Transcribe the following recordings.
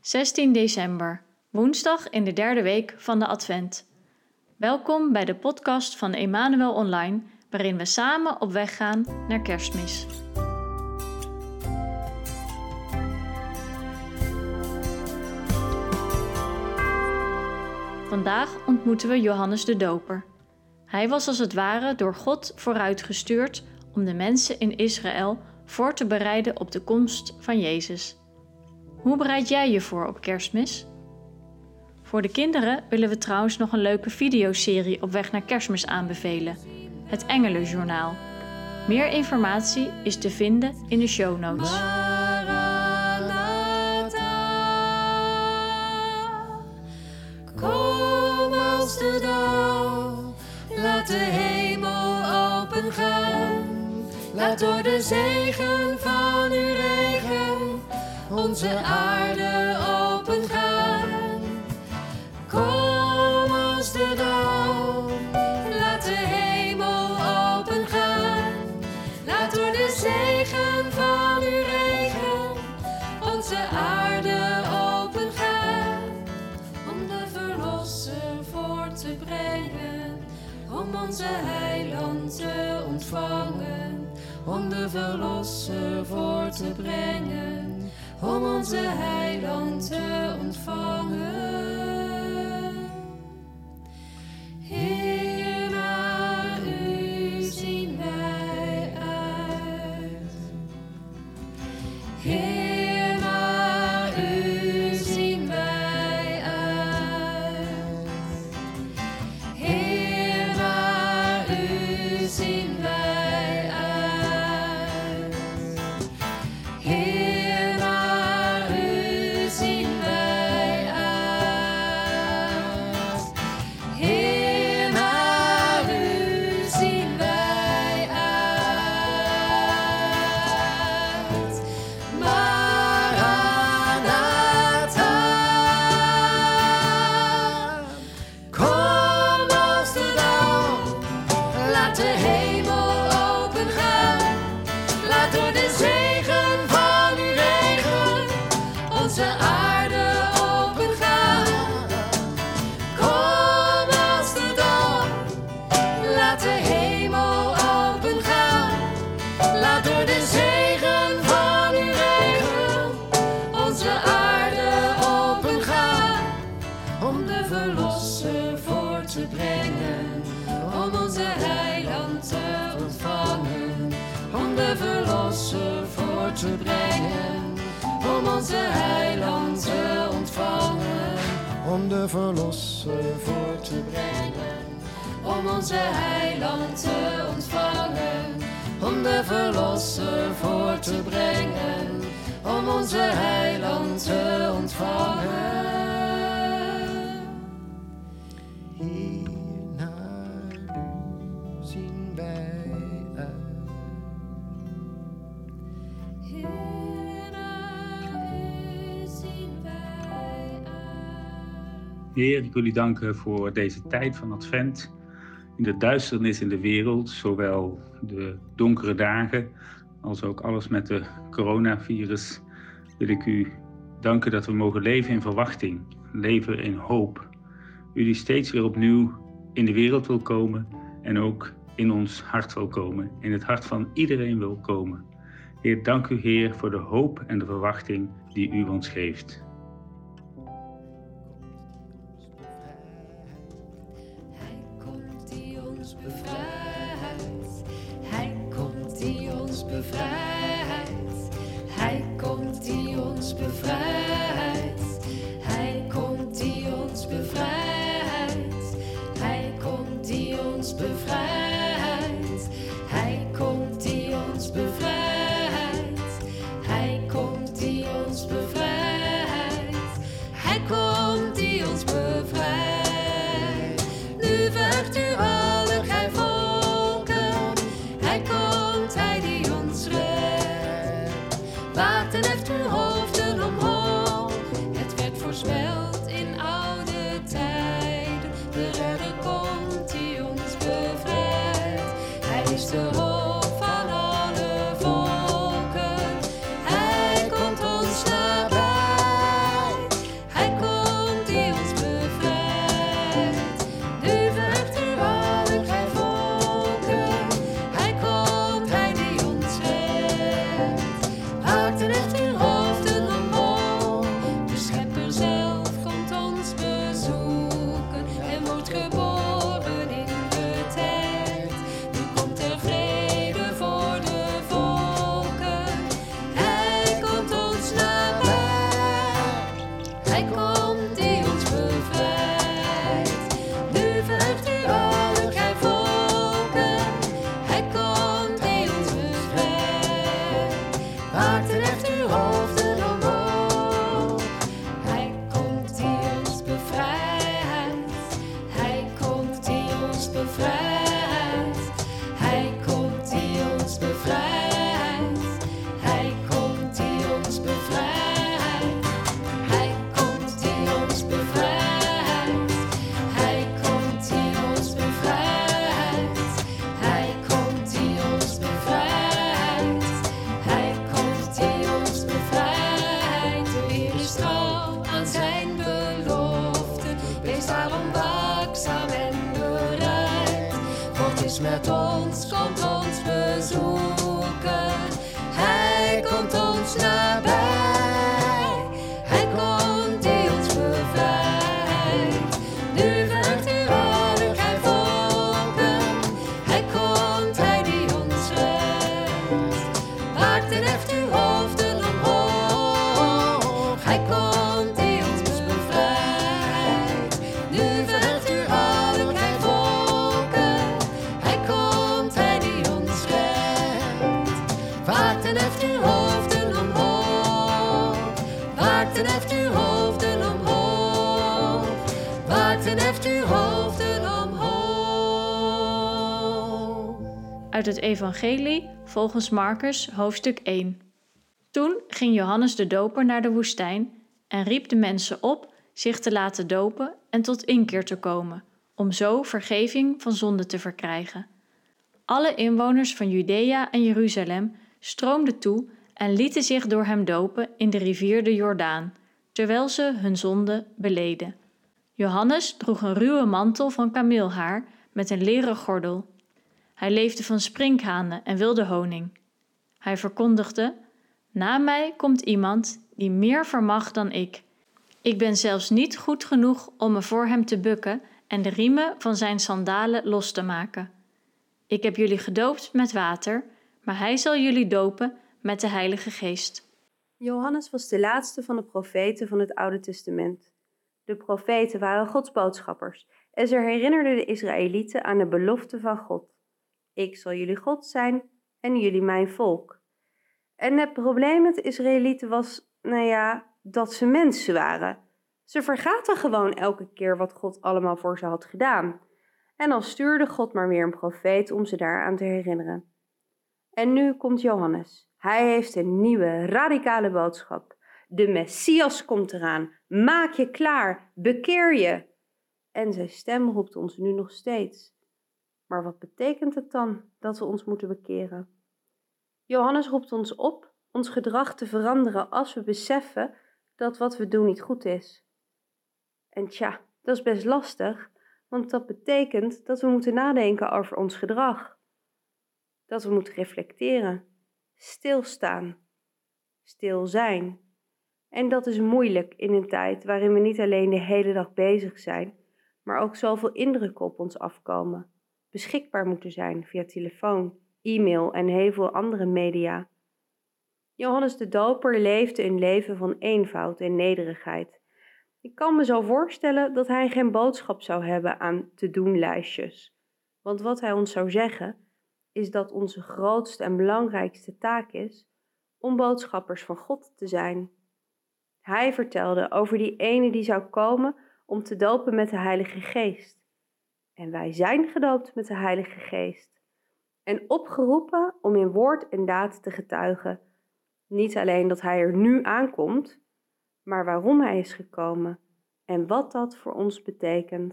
16 december, woensdag in de derde week van de Advent. Welkom bij de podcast van Emmanuel Online, waarin we samen op weg gaan naar Kerstmis. Vandaag ontmoeten we Johannes de Doper. Hij was als het ware door God vooruitgestuurd om de mensen in Israël voor te bereiden op de komst van Jezus. Hoe bereid jij je voor op Kerstmis? Voor de kinderen willen we trouwens nog een leuke videoserie op weg naar Kerstmis aanbevelen. Het Engelenjournaal. Meer informatie is te vinden in de show notes. Kom als de dag, laat de hemel opengaan. Laat door de zegen van uw regen onze aarde opengaan. Kom als de dag, laat de hemel opengaan. Laat door de zegen van uw regen onze aarde opengaan. Om de Verlosser voor te brengen, om onze heiland te ontvangen. Om de Verlosser voor te brengen, om onze heiland te ontvangen. Heer, naar u zien wij uit. Heer, naar u zien wij uit. Heer, naar u zien wij uit. Heer, naar u zien wij uit. Heer, naar u zien wij uit. Maranatha. Kom als de dag, laat de hemel opengaan. Laat door de zegen van uw regen onze aarde opengaan. Kom als de dag, laat de hemel opengaan. Laat door de zegen van uw regen onze aarde opengaan. Om de Verlosser voor te brengen, om onze heiland te ontvangen. Om de Verlosser voor te brengen, om onze heiland te ontvangen. Om de Verlosser voor te brengen, Om onze heiland te ontvangen. Om de Verlosser voor te brengen, om onze heiland te ontvangen. hier naar u zien wij uit. Heer, naar u zien wij uit. Heer, ik wil u danken voor deze tijd van Advent. In de duisternis in de wereld, zowel de donkere dagen als ook alles met de coronavirus, wil ik u danken dat we mogen leven in verwachting, leven in hoop. U die steeds weer opnieuw in de wereld wil komen en ook in ons hart wil komen, in het hart van iedereen wil komen. Heer, dank u Heer voor de hoop en de verwachting die u ons geeft. Hij komt die ons bevrijdt. Hij komt die ons bevrijdt. Hij komt die ons bevrijdt. Hij komt die ons bevrijdt. Hij komt die ons bevrijdt. Hij komt die ons bevrijdt. Hij komt die ons bevrijdt. Hij komt die ons bevrijdt. Nu vecht u alle gij voor. met ons, komt ons bezoeken. Hij komt ons nabij. Hij komt die ons bevrijdt. Nu vergt u alle gij volken. Hij komt, hij die ons redt. Waakt en heft uw hoofden omhoog. Hij komt die ons bevrijdt. Nu vergt u alle gij volken. Hij komt, hij die ons redt. Waakt en heft uw hoofden omhoog. Waakt en heft uw hoofden omhoog. Waakt en heft uw hoofden omhoog. Uit het Evangelie volgens Marcus, hoofdstuk 1. Toen ging Johannes de Doper naar de woestijn en riep de mensen op zich te laten dopen en tot inkeer te komen, om zo vergeving van zonde te verkrijgen. Alle inwoners van Judea en Jeruzalem stroomden toe en lieten zich door hem dopen in de rivier de Jordaan, terwijl ze hun zonde beleden. Johannes droeg een ruwe mantel van kameelhaar met een leren gordel. Hij leefde van sprinkhanen en wilde honing. Hij verkondigde: na mij komt iemand die meer vermag dan ik. Ik ben zelfs niet goed genoeg om me voor hem te bukken en de riemen van zijn sandalen los te maken. Ik heb jullie gedoopt met water, maar hij zal jullie dopen met de Heilige Geest. Johannes was de laatste van de profeten van het Oude Testament. De profeten waren Gods boodschappers en ze herinnerden de Israëlieten aan de belofte van God. Ik zal jullie God zijn en jullie mijn volk. En het probleem met de Israëlieten was, dat ze mensen waren. Ze vergaten gewoon elke keer wat God allemaal voor ze had gedaan. En dan stuurde God maar weer een profeet om ze daaraan te herinneren. En nu komt Johannes. Hij heeft een nieuwe, radicale boodschap. De Messias komt eraan. Maak je klaar. Bekeer je. En zijn stem roept ons nu nog steeds. Maar wat betekent het dan dat we ons moeten bekeren? Johannes roept ons op ons gedrag te veranderen als we beseffen dat wat we doen niet goed is. En dat is best lastig, want dat betekent dat we moeten nadenken over ons gedrag. Dat we moeten reflecteren, stilstaan, stil zijn. En dat is moeilijk in een tijd waarin we niet alleen de hele dag bezig zijn, maar ook zoveel indrukken op ons afkomen. Beschikbaar moeten zijn via telefoon, e-mail en heel veel andere media. Johannes de Doper leefde een leven van eenvoud en nederigheid. Ik kan me zo voorstellen dat hij geen boodschap zou hebben aan te-doen-lijstjes. Want wat hij ons zou zeggen, is dat onze grootste en belangrijkste taak is om boodschappers van God te zijn. Hij vertelde over die ene die zou komen om te dopen met de Heilige Geest. En wij zijn gedoopt met de Heilige Geest. En opgeroepen om in woord en daad te getuigen. Niet alleen dat hij er nu aankomt, maar waarom hij is gekomen en wat dat voor ons betekent.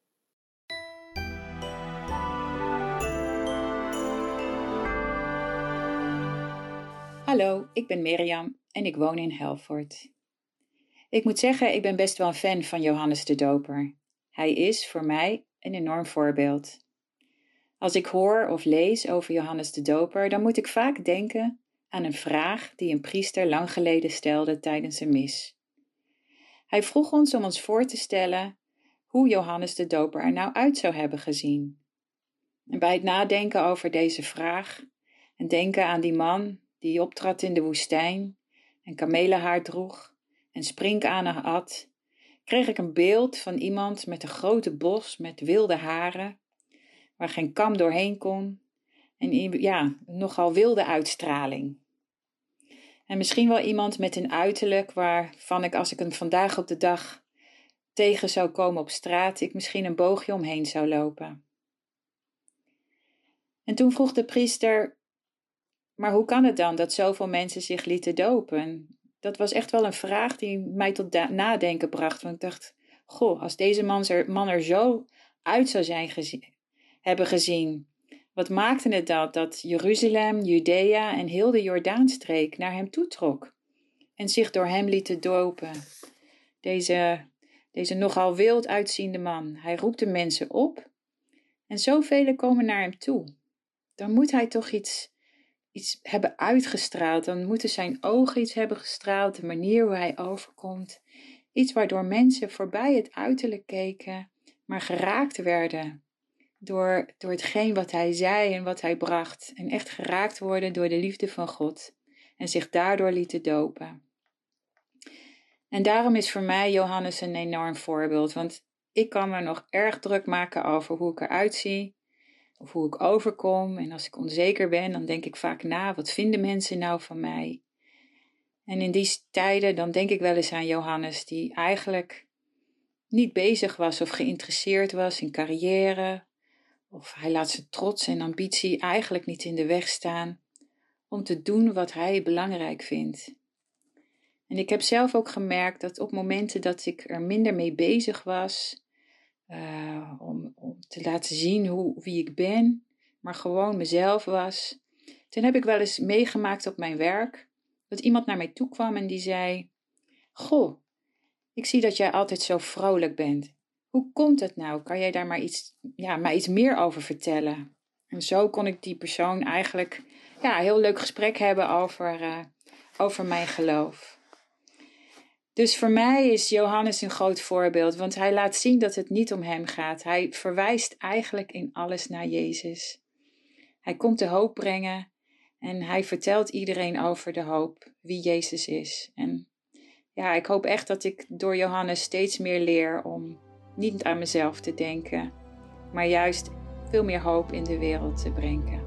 Hallo, ik ben Mirjam en ik woon in Helvoort. Ik moet zeggen, ik ben best wel een fan van Johannes de Doper. Hij is voor mij een enorm voorbeeld. Als ik hoor of lees over Johannes de Doper, dan moet ik vaak denken aan een vraag die een priester lang geleden stelde tijdens een mis. Hij vroeg ons om ons voor te stellen hoe Johannes de Doper er nou uit zou hebben gezien. En bij het nadenken over deze vraag en denken aan die man die optrad in de woestijn en kamelenhaar droeg en sprinkhanen at, kreeg ik een beeld van iemand met een grote bos met wilde haren, waar geen kam doorheen kon en nogal wilde uitstraling. En misschien wel iemand met een uiterlijk waarvan ik, als ik hem vandaag op de dag tegen zou komen op straat, ik misschien een boogje omheen zou lopen. En toen vroeg de priester: maar hoe kan het dan dat zoveel mensen zich lieten dopen? Dat was echt wel een vraag die mij tot nadenken bracht. Want ik dacht, als deze man er zo uit zou hebben gezien. Wat maakte het dat Jeruzalem, Judea en heel de Jordaanstreek naar hem toetrok? En zich door hem lieten dopen. Deze nogal wild uitziende man. Hij roept de mensen op. En zoveel komen naar hem toe. Dan moet hij toch iets hebben uitgestraald. Dan moeten zijn ogen iets hebben gestraald. De manier hoe hij overkomt. Iets waardoor mensen voorbij het uiterlijk keken, maar geraakt werden door hetgeen wat hij zei en wat hij bracht. En echt geraakt worden door de liefde van God. En zich daardoor lieten dopen. En daarom is voor mij Johannes een enorm voorbeeld. Want ik kan me nog erg druk maken over hoe ik eruit zie. Of hoe ik overkom. En als ik onzeker ben, dan denk ik vaak na. Wat vinden mensen nou van mij? En in die tijden, dan denk ik wel eens aan Johannes. Die eigenlijk niet bezig was of geïnteresseerd was in carrière. Of hij laat zijn trots en ambitie eigenlijk niet in de weg staan. Om te doen wat hij belangrijk vindt. En ik heb zelf ook gemerkt dat op momenten dat ik er minder mee bezig was, om te laten zien wie ik ben, maar gewoon mezelf was, toen heb ik wel eens meegemaakt op mijn werk, dat iemand naar mij toe kwam en die zei, goh, ik zie dat jij altijd zo vrolijk bent. Hoe komt het nou? Kan jij daar maar iets meer over vertellen? En zo kon ik die persoon eigenlijk een heel leuk gesprek hebben over mijn geloof. Dus voor mij is Johannes een groot voorbeeld, want hij laat zien dat het niet om hem gaat. Hij verwijst eigenlijk in alles naar Jezus. Hij komt de hoop brengen en hij vertelt iedereen over de hoop, wie Jezus is. En ik hoop echt dat ik door Johannes steeds meer leer om niet aan mezelf te denken, maar juist veel meer hoop in de wereld te brengen.